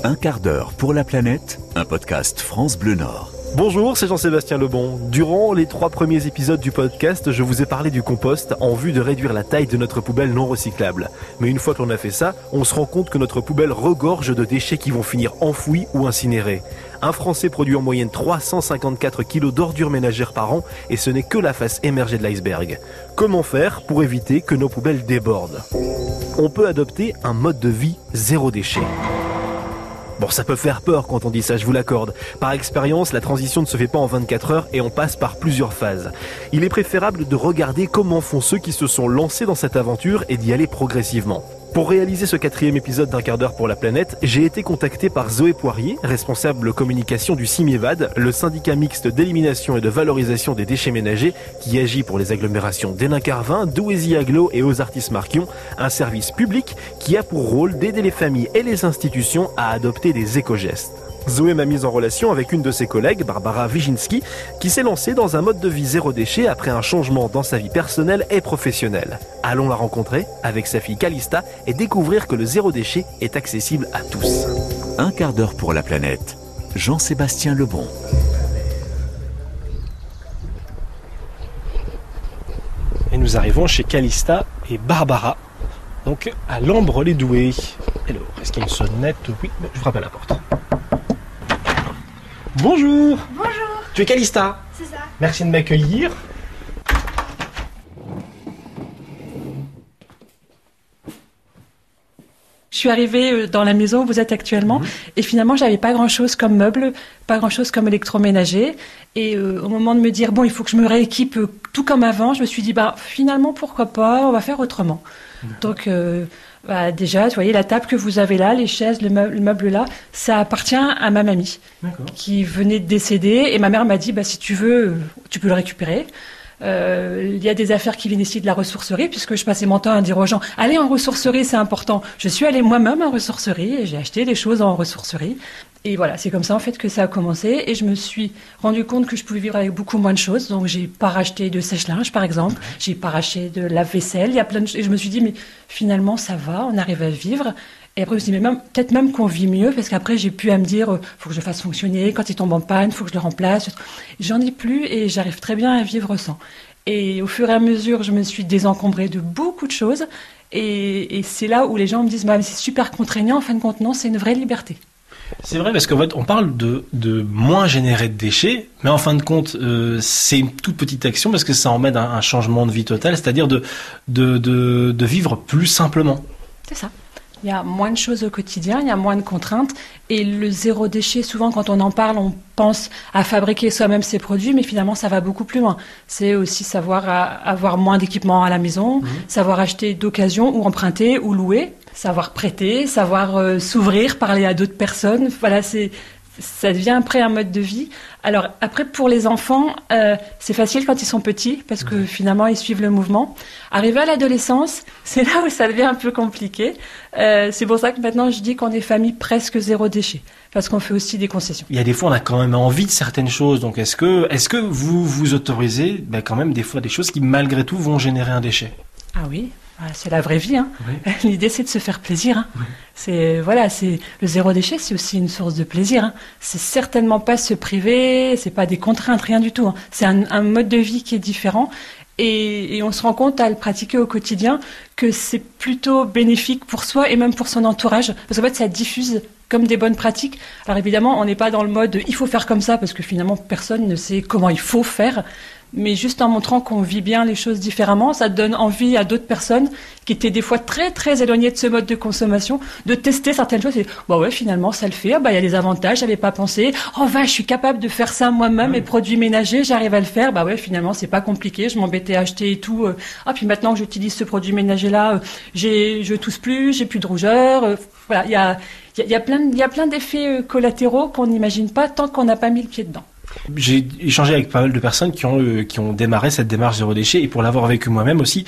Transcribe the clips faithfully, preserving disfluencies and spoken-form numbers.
Un quart d'heure pour la planète, un podcast France Bleu Nord. Bonjour, c'est Jean-Sébastien Lebon. Durant les trois premiers épisodes du podcast, je vous ai parlé du compost en vue de réduire la taille de notre poubelle non recyclable. Mais une fois qu'on a fait ça, on se rend compte que notre poubelle regorge de déchets qui vont finir enfouis ou incinérés. Un Français produit en moyenne trois cent cinquante-quatre kilos d'ordures ménagères par an et ce n'est que la face émergée de l'iceberg. Comment faire pour éviter que nos poubelles débordent ? On peut adopter un mode de vie zéro déchet. Bon, ça peut faire peur quand on dit ça, je vous l'accorde. Par expérience, la transition ne se fait pas en vingt-quatre heures et on passe par plusieurs phases. Il est préférable de regarder comment font ceux qui se sont lancés dans cette aventure et d'y aller progressivement. Pour réaliser ce quatrième épisode d'un quart d'heure pour la planète, j'ai été contacté par Zoé Poirier, responsable communication du CIMEVAD, le syndicat mixte d'élimination et de valorisation des déchets ménagers, qui agit pour les agglomérations d'Hénin-Carvin, Douaisis-Aglo et Ozartis-Marquion, un service public qui a pour rôle d'aider les familles et les institutions à adopter des éco-gestes. Zoé m'a mise en relation avec une de ses collègues, Barbara Wiginski, qui s'est lancée dans un mode de vie zéro déchet après un changement dans sa vie personnelle et professionnelle. Allons la rencontrer avec sa fille Calista et découvrir que le zéro déchet est accessible à tous. Un quart d'heure pour la planète. Jean-Sébastien Lebon. Et nous arrivons chez Calista et Barbara, donc à Lambre-les-Doués. Hello, est-ce qu'il y a une sonnette ? Oui, je frappe à la porte. Bonjour. Bonjour. Tu es Calista ? C'est ça. Merci de m'accueillir. Je suis arrivée dans la maison où vous êtes actuellement mmh. et finalement j'avais pas grand chose comme meuble, pas grand chose comme électroménager et euh, au moment de me dire bon il faut que je me rééquipe euh, tout comme avant, je me suis dit bah finalement pourquoi pas, on va faire autrement. Mmh. Donc euh, bah, déjà vous voyez la table que vous avez là, les chaises, le meuble, le meuble là, ça appartient à ma mamie. D'accord. Qui venait de décéder et ma mère m'a dit bah si tu veux tu peux le récupérer. Euh, il y a des affaires qui viennent ici de la ressourcerie puisque je passais mon temps à dire aux gens allez en ressourcerie, c'est important. Je suis allée moi-même en ressourcerie et j'ai acheté des choses en ressourcerie et voilà, c'est comme ça en fait que ça a commencé et je me suis rendu compte que je pouvais vivre avec beaucoup moins de choses. Donc j'ai pas racheté de sèche-linge par exemple, j'ai pas racheté de lave-vaisselle, il y a plein de choses et je me suis dit mais finalement ça va, on arrive à vivre. Et après, je me suis dit, mais même, peut-être même qu'on vit mieux, parce qu'après, j'ai pu à me dire, faut que je fasse fonctionner, quand il tombe en panne, faut que je le remplace. J'en ai plus et j'arrive très bien à vivre sans. Et au fur et à mesure, je me suis désencombrée de beaucoup de choses. Et, et c'est là où les gens me disent, bah, mais c'est super contraignant. En fin de compte, non, c'est une vraie liberté. C'est vrai, parce qu'en fait, on parle de, de moins générer de déchets, mais en fin de compte, euh, c'est une toute petite action, parce que ça emmène un, un changement de vie total, c'est-à-dire de, de, de, de vivre plus simplement. C'est ça. Il y a moins de choses au quotidien, il y a moins de contraintes. Et le zéro déchet, souvent, quand on en parle, on pense à fabriquer soi-même ses produits, mais finalement, ça va beaucoup plus loin. C'est aussi savoir à, avoir moins d'équipement à la maison, mmh. savoir acheter d'occasion ou emprunter ou louer, savoir prêter, savoir euh, s'ouvrir, parler à d'autres personnes. Voilà, c'est... ça devient après un mode de vie. Alors après pour les enfants, euh, c'est facile quand ils sont petits parce que finalement ils suivent le mouvement. Arrivé à l'adolescence, c'est là où ça devient un peu compliqué. Euh, c'est pour ça que maintenant je dis qu'on est famille presque zéro déchet parce qu'on fait aussi des concessions. Il y a des fois on a quand même envie de certaines choses. Donc est-ce que est-ce que vous vous autorisez ben, quand même des fois des choses qui malgré tout vont générer un déchet ? Ah oui. C'est la vraie vie, hein. Oui. L'idée c'est de se faire plaisir. Hein. Oui. C'est voilà, c'est le zéro déchet, c'est aussi une source de plaisir. Hein. C'est certainement pas se priver, c'est pas des contraintes, rien du tout. Hein. C'est un, un mode de vie qui est différent et, et on se rend compte à le pratiquer au quotidien que c'est plutôt bénéfique pour soi et même pour son entourage parce qu'en fait ça diffuse comme des bonnes pratiques. Alors évidemment, on n'est pas dans le mode il faut faire comme ça parce que finalement personne ne sait comment il faut faire. Mais juste en montrant qu'on vit bien les choses différemment, ça donne envie à d'autres personnes qui étaient des fois très très éloignées de ce mode de consommation, de tester certaines choses et bah ouais finalement ça le fait, ah bah il y a des avantages, j'avais pas pensé, oh va je suis capable de faire ça moi-même, oui. Les produits ménagers j'arrive à le faire, bah ouais finalement c'est pas compliqué, je m'embêtais à acheter et tout, ah puis maintenant que j'utilise ce produit ménager là, j'ai je tousse plus, j'ai plus de rougeur, euh, voilà il y a il y, y a plein il y a plein d'effets collatéraux qu'on n'imagine pas tant qu'on n'a pas mis le pied dedans. J'ai échangé avec pas mal de personnes qui ont euh, qui ont démarré cette démarche zéro déchet et pour l'avoir vécu moi-même aussi,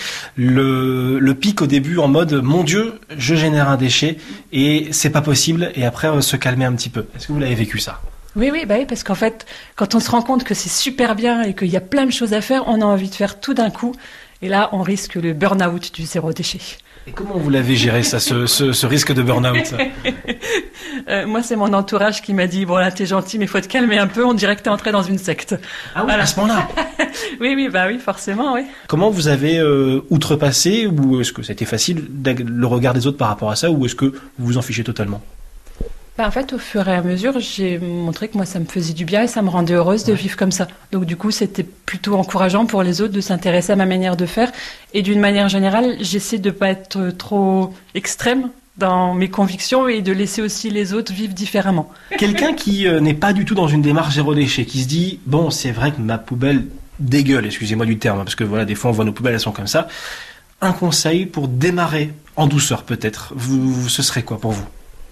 le le pic au début en mode mon Dieu, je génère un déchet et c'est pas possible et après euh, se calmer un petit peu. Est-ce que vous l'avez vécu ça ? Oui, oui, bah oui, parce qu'en fait, quand on se rend compte que c'est super bien et qu'il y a plein de choses à faire, on a envie de faire tout d'un coup et là on risque le burn-out du zéro déchet. Et comment vous l'avez géré ça, ce, ce, ce risque de burn-out ça ? Euh, moi, c'est mon entourage qui m'a dit, bon là, t'es gentil, mais faut te calmer un peu, on dirait que t'es entré dans une secte. Ah oui, voilà. À ce moment-là. Oui, oui, bah oui, forcément, oui. Comment vous avez euh, outrepassé, ou est-ce que ça a été facile, le regard des autres par rapport à ça, ou est-ce que vous vous en fichez totalement? Bah en fait, au fur et à mesure, j'ai montré que moi, ça me faisait du bien et ça me rendait heureuse de vivre comme ça. Donc du coup, c'était plutôt encourageant pour les autres de s'intéresser à ma manière de faire. Et d'une manière générale, j'essaie de pas être trop extrême dans mes convictions et de laisser aussi les autres vivre différemment. Quelqu'un qui euh, n'est pas du tout dans une démarche zéro déchet, qui se dit, bon, c'est vrai que ma poubelle dégueule, excusez-moi du terme, parce que voilà, des fois on voit nos poubelles, elles sont comme ça. Un conseil pour démarrer en douceur peut-être, vous, ce serait quoi pour vous?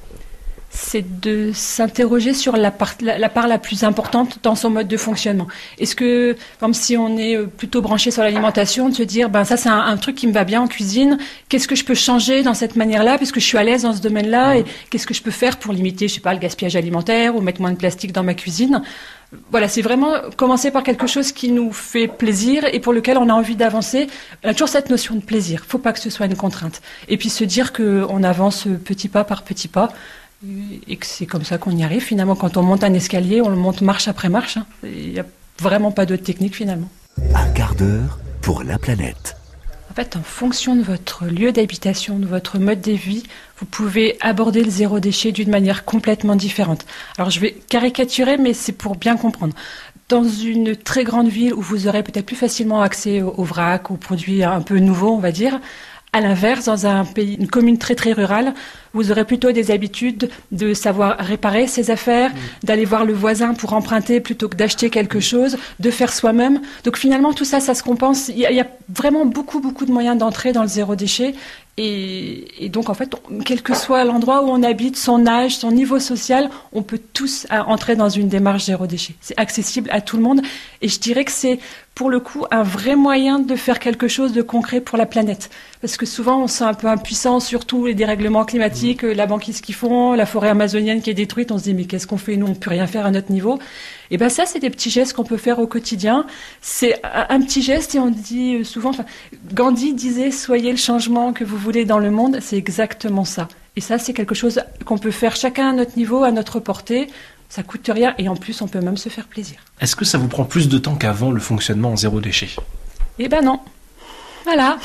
C'est de s'interroger sur la part, la, la part la plus importante dans son mode de fonctionnement. Est-ce que, comme si on est plutôt branché sur l'alimentation, de se dire, ben ça c'est un, un truc qui me va bien en cuisine, qu'est-ce que je peux changer dans cette manière-là, puisque je suis à l'aise dans ce domaine-là, et qu'est-ce que je peux faire pour limiter, je sais pas, le gaspillage alimentaire, ou mettre moins de plastique dans ma cuisine. Voilà, c'est vraiment commencer par quelque chose qui nous fait plaisir et pour lequel on a envie d'avancer. On a toujours cette notion de plaisir. Faut pas que ce soit une contrainte. Et puis se dire qu'on avance petit pas par petit pas. Et que c'est comme ça qu'on y arrive. Finalement, quand on monte un escalier, on le monte marche après marche. Hein. Il n'y a vraiment pas d'autre technique finalement. Un quart d'heure pour la planète. En fait, en fonction de votre lieu d'habitation, de votre mode de vie, vous pouvez aborder le zéro déchet d'une manière complètement différente. Alors, je vais caricaturer, mais c'est pour bien comprendre. Dans une très grande ville où vous aurez peut-être plus facilement accès au, au vrac, aux produits un peu nouveaux, on va dire. À l'inverse, dans un pays, une commune très très rurale, vous aurez plutôt des habitudes de savoir réparer ses affaires, mmh. d'aller voir le voisin pour emprunter plutôt que d'acheter quelque chose, de faire soi-même. Donc finalement, tout ça, ça se compense. Il y a, il y a vraiment beaucoup beaucoup de moyens d'entrer dans le zéro déchet. Et, et donc en fait, quel que soit l'endroit où on habite, son âge, son niveau social, on peut tous entrer dans une démarche zéro déchet. C'est accessible à tout le monde. Et je dirais que c'est pour le coup un vrai moyen de faire quelque chose de concret pour la planète. Parce que souvent on se sent un peu impuissant sur tous les dérèglements climatiques, mmh. la banquise qu'ils font, la forêt amazonienne qui est détruite. On se dit mais qu'est-ce qu'on fait? Nous on ne peut rien faire à notre niveau. Et ben ça c'est des petits gestes qu'on peut faire au quotidien. C'est un, un petit geste et on dit souvent, enfin, Gandhi disait soyez le changement que vous voulez dans le monde. C'est exactement ça. Et ça c'est quelque chose qu'on peut faire chacun à notre niveau, à notre portée. Ça coûte rien et en plus on peut même se faire plaisir. Est-ce que ça vous prend plus de temps qu'avant le fonctionnement en zéro déchet? Eh ben non. Voilà.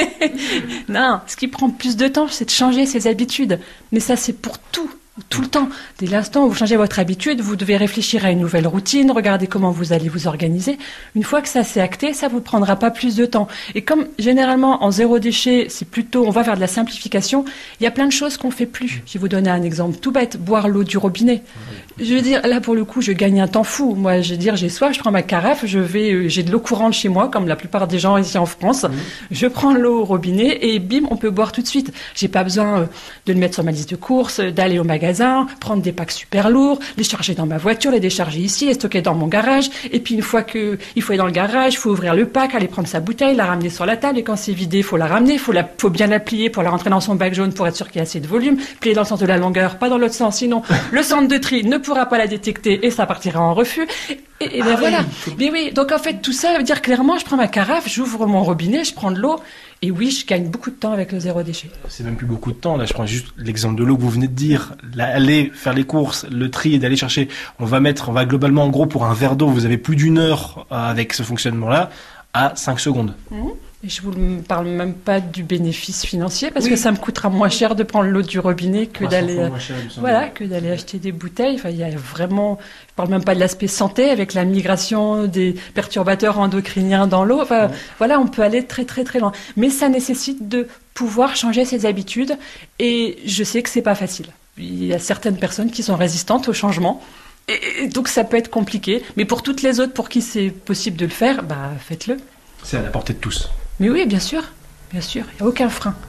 Non, ce qui prend plus de temps, c'est de changer ses habitudes. Mais ça, c'est pour tout, tout le temps. Dès l'instant où vous changez votre habitude, vous devez réfléchir à une nouvelle routine, regarder comment vous allez vous organiser. Une fois que ça s'est acté, ça vous prendra pas plus de temps. Et comme généralement en zéro déchet, c'est plutôt, on va vers de la simplification, il y a plein de choses qu'on fait plus. Je vais vous donner un exemple tout bête, boire l'eau du robinet. Je veux dire, là pour le coup, je gagne un temps fou. Moi, je veux dire, j'ai soif, je prends ma carafe, je vais, euh, j'ai de l'eau courante chez moi, comme la plupart des gens ici en France. Mmh. Je prends l'eau au robinet et bim, on peut boire tout de suite. J'ai pas besoin euh, de le mettre sur ma liste de courses, d'aller au magasin, prendre des packs super lourds, les charger dans ma voiture, les décharger ici, les stocker dans mon garage. Et puis une fois que il faut aller dans le garage, il faut ouvrir le pack, aller prendre sa bouteille, la ramener sur la table. Et quand c'est vidé, il faut la ramener, il faut, la, faut bien la plier pour la rentrer dans son bac jaune pour être sûr qu'il y a assez de volume. Plier dans le sens de la longueur, pas dans l'autre sens, sinon le centre de tri ne pourra pas la détecter et ça partira en refus. Et, et ben ah voilà. Oui. Mais oui, donc en fait, tout ça veut dire clairement, je prends ma carafe, j'ouvre mon robinet, je prends de l'eau. Et oui, je gagne beaucoup de temps avec le zéro déchet. C'est même plus beaucoup de temps. Là, je prends juste l'exemple de l'eau que vous venez de dire. Là, aller faire les courses, le tri et d'aller chercher. On va mettre, on va globalement, en gros, pour un verre d'eau, vous avez plus d'une heure avec ce fonctionnement-là à cinq secondes. Mmh. Et je vous parle même pas du bénéfice financier parce oui. que ça me coûtera moins cher de prendre l'eau du robinet que d'aller, euh, voilà, que d'aller acheter des bouteilles. Enfin, il y a vraiment, je parle même pas de l'aspect santé avec la migration des perturbateurs endocriniens dans l'eau. Enfin, ouais. Voilà, on peut aller très très très loin. Mais ça nécessite de pouvoir changer ses habitudes et je sais que c'est pas facile. Il y a certaines personnes qui sont résistantes au changement. Et donc ça peut être compliqué. Mais pour toutes les autres pour qui c'est possible de le faire, bah faites-le. C'est à la portée de tous. Mais oui, bien sûr, bien sûr, il n'y a aucun frein.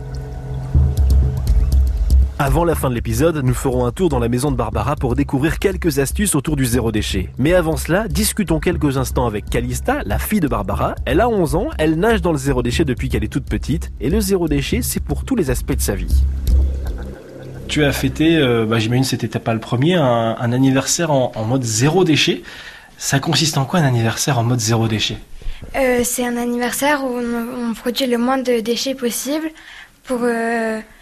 Avant la fin de l'épisode, nous ferons un tour dans la maison de Barbara pour découvrir quelques astuces autour du zéro déchet. Mais avant cela, discutons quelques instants avec Calista, la fille de Barbara. Elle a onze ans, elle nage dans le zéro déchet depuis qu'elle est toute petite. Et le zéro déchet, c'est pour tous les aspects de sa vie. Tu as fêté, euh, bah, j'imagine que c'était pas le premier, un, un anniversaire en, en mode zéro déchet. Ça consiste en quoi un anniversaire en mode zéro déchet ? Euh, c'est un anniversaire où on, on produit le moins de déchets possible pour, euh,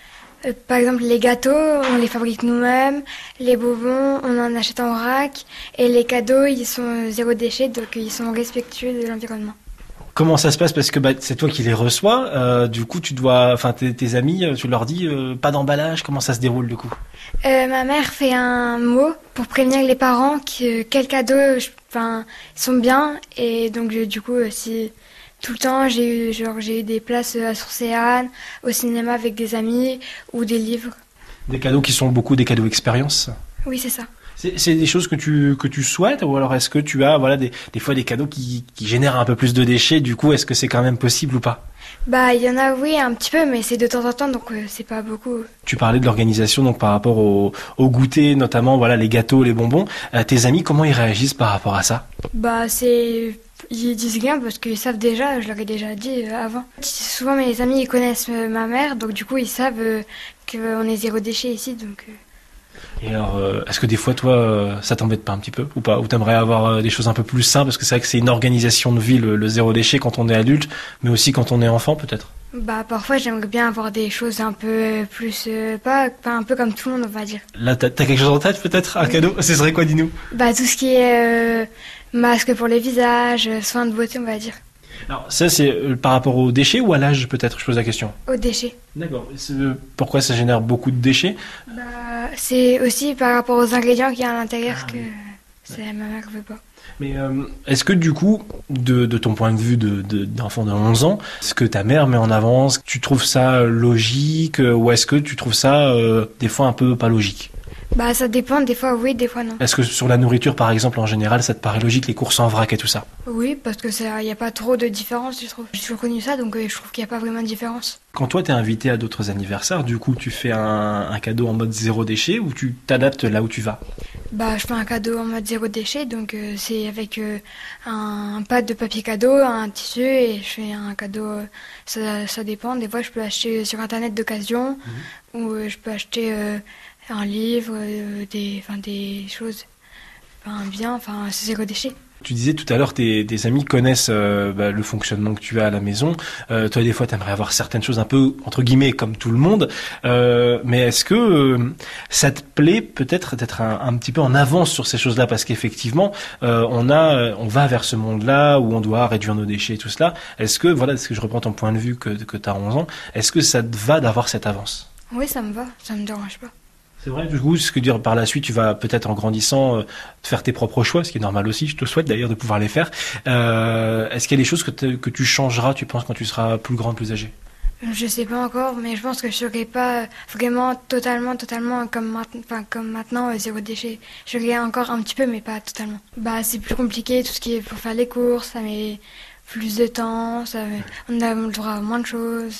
Euh, par exemple, les gâteaux, on les fabrique nous-mêmes. Les bonbons, on en achète en vrac. Et les cadeaux, ils sont zéro déchet, donc ils sont respectueux de l'environnement. Comment ça se passe? Parce que bah, c'est toi qui les reçois. Euh, du coup, tu dois, enfin, tes, tes amis, tu leur dis euh, pas d'emballage. Comment ça se déroule du coup? euh, Ma mère fait un mot pour prévenir les parents que quels cadeaux, enfin, sont bien. Et donc, je, du coup, euh, si tout le temps, j'ai eu, genre, j'ai eu des places à Sourcéane, au cinéma avec des amis ou des livres. Des cadeaux qui sont beaucoup des cadeaux expérience. Oui, c'est ça. C'est, c'est des choses que tu que tu souhaites, ou alors est-ce que tu as voilà des des fois des cadeaux qui qui génèrent un peu plus de déchets? Du coup, est-ce que c'est quand même possible ou pas? Bah, il y en a, oui, un petit peu, mais c'est de temps en temps, donc euh, c'est pas beaucoup. Tu parlais de l'organisation, donc par rapport au au goûter, notamment voilà les gâteaux, les bonbons. Euh, tes amis, comment ils réagissent par rapport à ça? Bah, c'est... Ils disent rien parce qu'ils savent déjà, je leur ai déjà dit euh, avant. Souvent, mes amis, ils connaissent euh, ma mère, donc du coup, ils savent euh, qu'on est zéro déchet ici, donc... Euh... Et alors, euh, est-ce que des fois, toi, euh, ça t'embête pas un petit peu ou pas? Ou t'aimerais avoir euh, des choses un peu plus simples? Parce que c'est vrai que c'est une organisation de vie, le, le zéro déchet, quand on est adulte, mais aussi quand on est enfant, peut-être. Bah, parfois, j'aimerais bien avoir des choses un peu plus... Euh, pas, pas un peu comme tout le monde, on va dire. Là, t'as, t'as quelque chose en tête, peut-être? Un Oui. cadeau? Ce serait quoi, dis-nous? Bah, tout ce qui est euh, masque pour les visages, soins de beauté, on va dire. Alors, ça, c'est euh, par rapport aux déchets ou à l'âge, peut-être? Je pose la question. Aux déchets. D'accord. C'est, euh, pourquoi ça génère beaucoup de déchets? Bah, c'est aussi par rapport aux ingrédients qu'il y a à l'intérieur Ah, que oui. c'est, ma mère veut pas. Mais euh, est-ce que du coup, de, de ton point de vue de, de, d'enfant de onze ans, ce que ta mère met en avant, tu trouves ça logique euh, ou est-ce que tu trouves ça euh, des fois un peu pas logique? Bah, ça dépend, des fois oui, des fois non. Est-ce que sur la nourriture, par exemple, en général, ça te paraît logique, les courses en vrac et tout ça? Oui, parce que ça, y a pas trop de différence, je trouve. J'ai toujours connu ça, donc euh, je trouve qu'il y a pas vraiment de différence. Quand toi, t'es invité à d'autres anniversaires, du coup, tu fais un, un cadeau en mode zéro déchet ou tu t'adaptes là où tu vas? Bah, je fais un cadeau en mode zéro déchet, donc euh, c'est avec euh, un, un pad de papier cadeau, un tissu, et je fais un cadeau, euh, ça, ça dépend. Des fois, je peux acheter sur Internet d'occasion, mmh. ou euh, je peux acheter euh, un livre, euh, des, enfin, des choses, enfin, bien, enfin, c'est zéro déchet. Tu disais tout à l'heure, tes, tes amis connaissent euh, bah, le fonctionnement que tu as à la maison. Euh, toi, des fois, tu aimerais avoir certaines choses un peu, entre guillemets, comme tout le monde. Euh, mais est-ce que euh, ça te plaît peut-être d'être un, un petit peu en avance sur ces choses-là? Parce qu'effectivement, euh, on a, on va vers ce monde-là où on doit réduire nos déchets et tout cela. Est-ce que, voilà, est-ce que je reprends ton point de vue que, que tu as onze ans, est-ce que ça te va d'avoir cette avance? Oui, ça me va, ça me dérange pas. C'est vrai, du coup, ce que dire par la suite, tu vas peut-être en grandissant euh, faire tes propres choix, ce qui est normal aussi. Je te souhaite d'ailleurs de pouvoir les faire. Euh, est-ce qu'il y a des choses que, que tu changeras, tu penses, quand tu seras plus grand, plus âgé? Je sais pas encore, mais je pense que je serai pas vraiment totalement, totalement comme, maintenant, enfin, comme maintenant, euh, zéro déchet. Je serai encore un petit peu, mais pas totalement. Bah, c'est plus compliqué, tout ce qui est pour faire les courses, ça met plus de temps, ça met... on a le droit à moins de choses.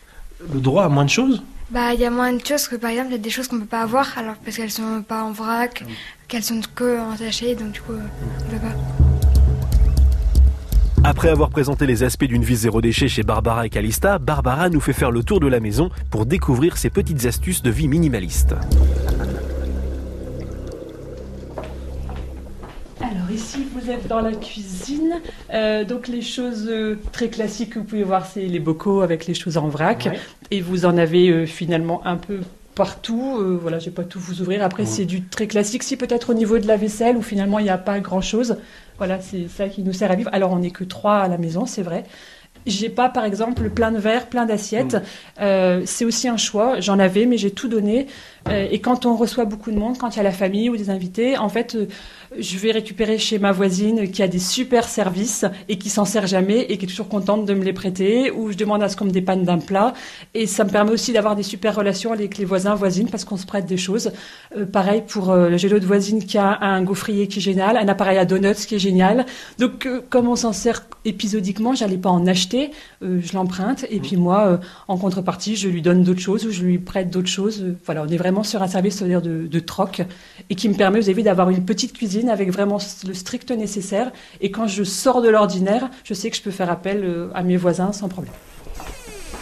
Le droit à moins de choses? Bah, il y a moins de choses que, par exemple, il y a des choses qu'on peut pas avoir, alors parce qu'elles sont pas en vrac, oui. qu'elles sont que en sachet, donc du coup, on peut pas. Après avoir présenté les aspects d'une vie zéro déchet chez Barbara et Calista, Barbara nous fait faire le tour de la maison pour découvrir ses petites astuces de vie minimaliste. Alors ici, vous êtes dans la cuisine. Euh, donc les choses euh, très classiques que vous pouvez voir, c'est les bocaux avec les choses en vrac. Ouais. Et vous en avez euh, finalement un peu partout. Euh, voilà, je vais pas tout vous ouvrir. Après, ouais. c'est du très classique. Si peut-être au niveau de la vaisselle, où finalement il n'y a pas grand-chose. Voilà, c'est ça qui nous sert à vivre. Alors on n'est que trois à la maison, c'est vrai. J'ai pas, par exemple, plein de verres, plein d'assiettes. Mmh. Euh, c'est aussi un choix. J'en avais, mais j'ai tout donné. Euh, et quand on reçoit beaucoup de monde, quand il y a la famille ou des invités, en fait, euh, je vais récupérer chez ma voisine qui a des super services et qui s'en sert jamais et qui est toujours contente de me les prêter. Ou je demande à ce qu'on me dépanne d'un plat. Et ça me permet aussi d'avoir des super relations avec les voisins, voisines, parce qu'on se prête des choses. Euh, pareil pour euh, j'ai l'autre voisine qui a un gaufrier qui est génial, un appareil à donuts qui est génial. Donc, euh, comme on s'en sert épisodiquement, j'allais pas en acheter. Euh, je l'emprunte et puis moi, euh, en contrepartie, je lui donne d'autres choses ou je lui prête d'autres choses. Euh, voilà, on est vraiment sur un service, c'est-à-dire de, de troc et qui me permet, vous avez vu, d'avoir une petite cuisine avec vraiment le strict nécessaire. Et quand je sors de l'ordinaire, je sais que je peux faire appel euh, à mes voisins sans problème.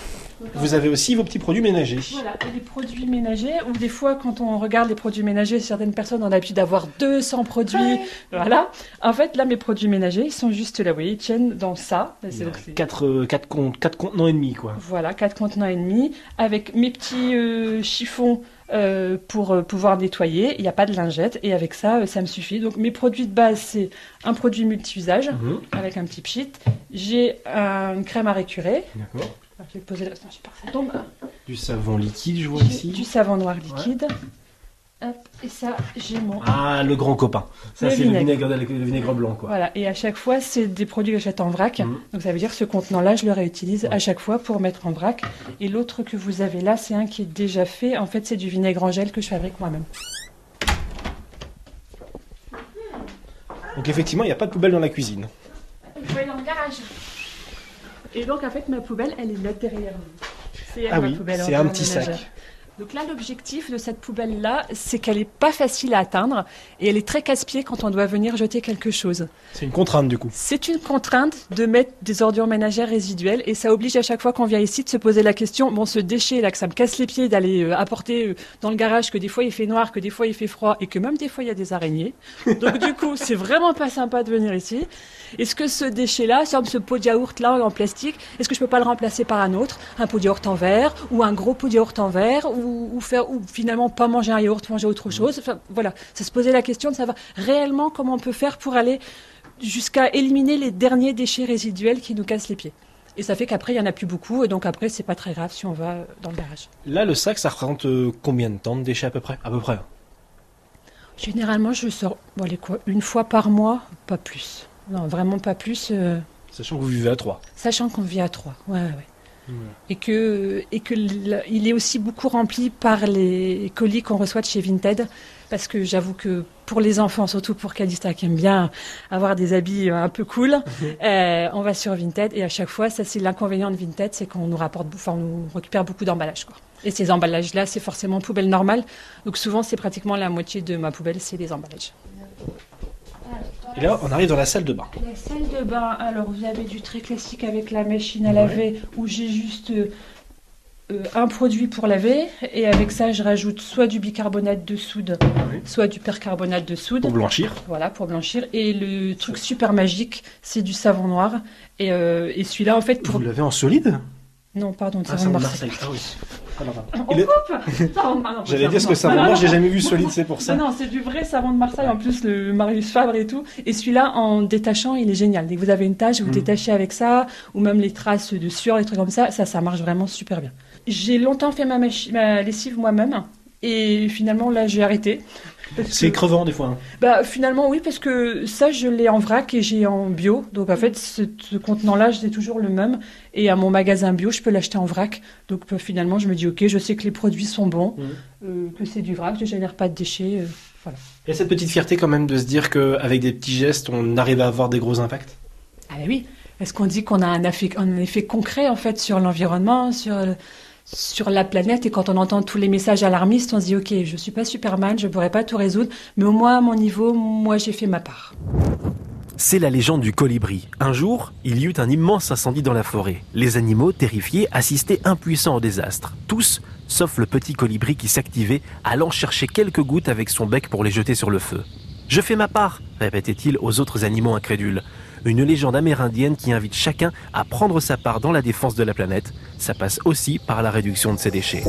Vous avez aussi vos petits produits ménagers. Voilà, et les produits ménagers, ou des fois quand on regarde les produits ménagers, certaines personnes ont l'habitude d'avoir deux cents produits. Ouais. Voilà. En fait, là, mes produits ménagers, ils sont juste là, vous voyez, ils tiennent dans ça. C'est donc, c'est... Quatre, quatre, con, quatre contenants et demi, quoi. Voilà, quatre contenants et demi, avec mes petits euh, chiffons euh, pour euh, pouvoir nettoyer. Il n'y a pas de lingette, et avec ça, euh, ça me suffit. Donc, mes produits de base, c'est un produit multi-usage, mmh. avec un petit pchit. J'ai euh, une crème à récurer. D'accord. Je vais poser là. Non, j'ai peur que ça tombe. Du savon liquide, je vois j'ai ici. Du savon noir liquide. Ouais. Hop, et ça, j'ai mon... Ah, le grand copain. Ça, le c'est vinaigre. Le, vinaigre, le vinaigre blanc, quoi. Voilà, et à chaque fois, c'est des produits que j'achète en vrac. Mmh. Donc ça veut dire que ce contenant-là, je le réutilise ouais. à chaque fois pour mettre en vrac. Et l'autre que vous avez là, c'est un qui est déjà fait. En fait, c'est du vinaigre en gel que je fabrique moi-même. Donc effectivement, il n'y a pas de poubelle dans la cuisine. Je vais aller dans le garage. Et donc, en fait, ma poubelle, elle est là derrière nous. C'est elle, ah ma oui, poubelle. c'est un petit sac. Donc là, l'objectif de cette poubelle-là, c'est qu'elle n'est pas facile à atteindre et elle est très casse-pied quand on doit venir jeter quelque chose. C'est une contrainte, du coup. C'est une contrainte de mettre des ordures ménagères résiduelles et ça oblige à chaque fois qu'on vient ici de se poser la question, bon, ce déchet-là, que ça me casse les pieds d'aller euh, apporter euh, dans le garage, que des fois il fait noir, que des fois il fait froid et que même des fois il y a des araignées. Donc du coup, c'est vraiment pas sympa de venir ici. Est-ce que ce déchet-là, ce pot de yaourt-là en plastique, est-ce que je peux pas le remplacer par un autre, un pot de yaourt en verre ou un gros pot de yaourt en verre ou, ou faire ou finalement pas manger un yaourt, manger autre chose. Enfin, voilà, ça se posait la question de savoir réellement comment on peut faire pour aller jusqu'à éliminer les derniers déchets résiduels qui nous cassent les pieds. Et ça fait qu'après il y en a plus beaucoup et donc après c'est pas très grave si on va dans le garage. Là, le sac, ça représente euh, combien de temps de déchets à peu près, à peu près. Généralement, je sors, bon, allez, quoi, une fois par mois, pas plus. Non, vraiment pas plus. Euh... Sachant que vous vivez à trois. Sachant qu'on vit à trois, ouais, ouais. Mmh. Et que, et que il est aussi beaucoup rempli par les colis qu'on reçoit de chez Vinted. Parce que j'avoue que pour les enfants, surtout pour Calista qui aime bien avoir des habits un peu cool, mmh. euh, on va sur Vinted et à chaque fois, ça c'est l'inconvénient de Vinted, c'est qu'on nous rapporte, enfin, on nous récupère beaucoup d'emballages, quoi. Et ces emballages-là, c'est forcément poubelle normale. Donc souvent, c'est pratiquement la moitié de ma poubelle, c'est des emballages. Et là, on arrive dans la salle de bain. La salle de bain, alors vous avez du très classique avec la machine à laver, ouais. où j'ai juste euh, euh, un produit pour laver. Et avec ça, je rajoute soit du bicarbonate de soude, ouais. soit du percarbonate de soude. Pour blanchir. Voilà, pour blanchir. Et le truc super magique, c'est du savon noir. Et, euh, et celui-là, en fait... pour... Vous l'avez en solide ? Non, pardon, ah, savon de Marseille. Marseille. Ah oui. On est... coupe non, non, J'allais dire ce que savon noir, j'ai jamais vu solide, c'est pour ça. Non, non, c'est du vrai savon de Marseille, en plus le Marius Fabre et tout. Et celui-là, en détachant, il est génial. Dès que vous avez une tache, vous mmh. détachez avec ça, ou même les traces de sueur, les trucs comme ça, ça, ça marche vraiment super bien. J'ai longtemps fait ma, machi- ma lessive moi-même, et finalement, là, j'ai arrêté. C'est que... crevant des fois. Hein. Bah finalement oui, parce que ça je l'ai en vrac et j'ai en bio. Donc en fait ce, ce contenant-là c'est toujours le même et à mon magasin bio je peux l'acheter en vrac. Donc bah, finalement je me dis ok, je sais que les produits sont bons, mmh. euh, que c'est du vrac, je ne génère pas de déchets. Euh, voilà. Il y a cette petite fierté quand même de se dire qu'avec des petits gestes on arrive à avoir des gros impacts. Ah bah oui, est-ce qu'on dit qu'on a un effet, un effet concret en fait sur l'environnement, sur sur la planète, et quand on entend tous les messages alarmistes, on se dit ok, je suis pas Superman, je pourrais pas tout résoudre, mais au moins à mon niveau, moi j'ai fait ma part. C'est la légende du colibri. Un jour, il y eut un immense incendie dans la forêt. Les animaux, terrifiés, assistaient impuissants au désastre. Tous, sauf le petit colibri qui s'activait, allant chercher quelques gouttes avec son bec pour les jeter sur le feu. « Je fais ma part !» répétait-il aux autres animaux incrédules. Une légende amérindienne qui invite chacun à prendre sa part dans la défense de la planète. Ça passe aussi par la réduction de ses déchets.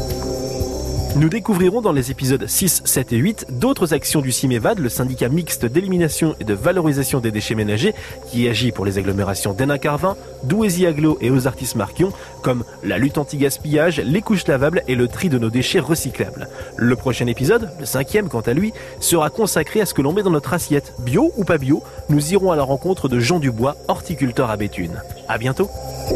Nous découvrirons dans les épisodes six, sept et huit d'autres actions du CIMEVAD, le syndicat mixte d'élimination et de valorisation des déchets ménagers, qui agit pour les agglomérations d'Hénin-Carvin, d'Ouésy-Aglo et Ozartis-Marquion, comme la lutte anti-gaspillage, les couches lavables et le tri de nos déchets recyclables. Le prochain épisode, le cinquième quant à lui, sera consacré à ce que l'on met dans notre assiette. Bio ou pas bio, nous irons à la rencontre de Jean Dubois, horticulteur à Béthune. À bientôt.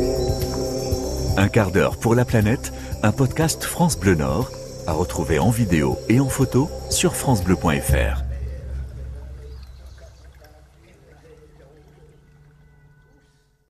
Un quart d'heure pour la planète, un podcast France Bleu Nord, à retrouver en vidéo et en photo sur francebleu point f r.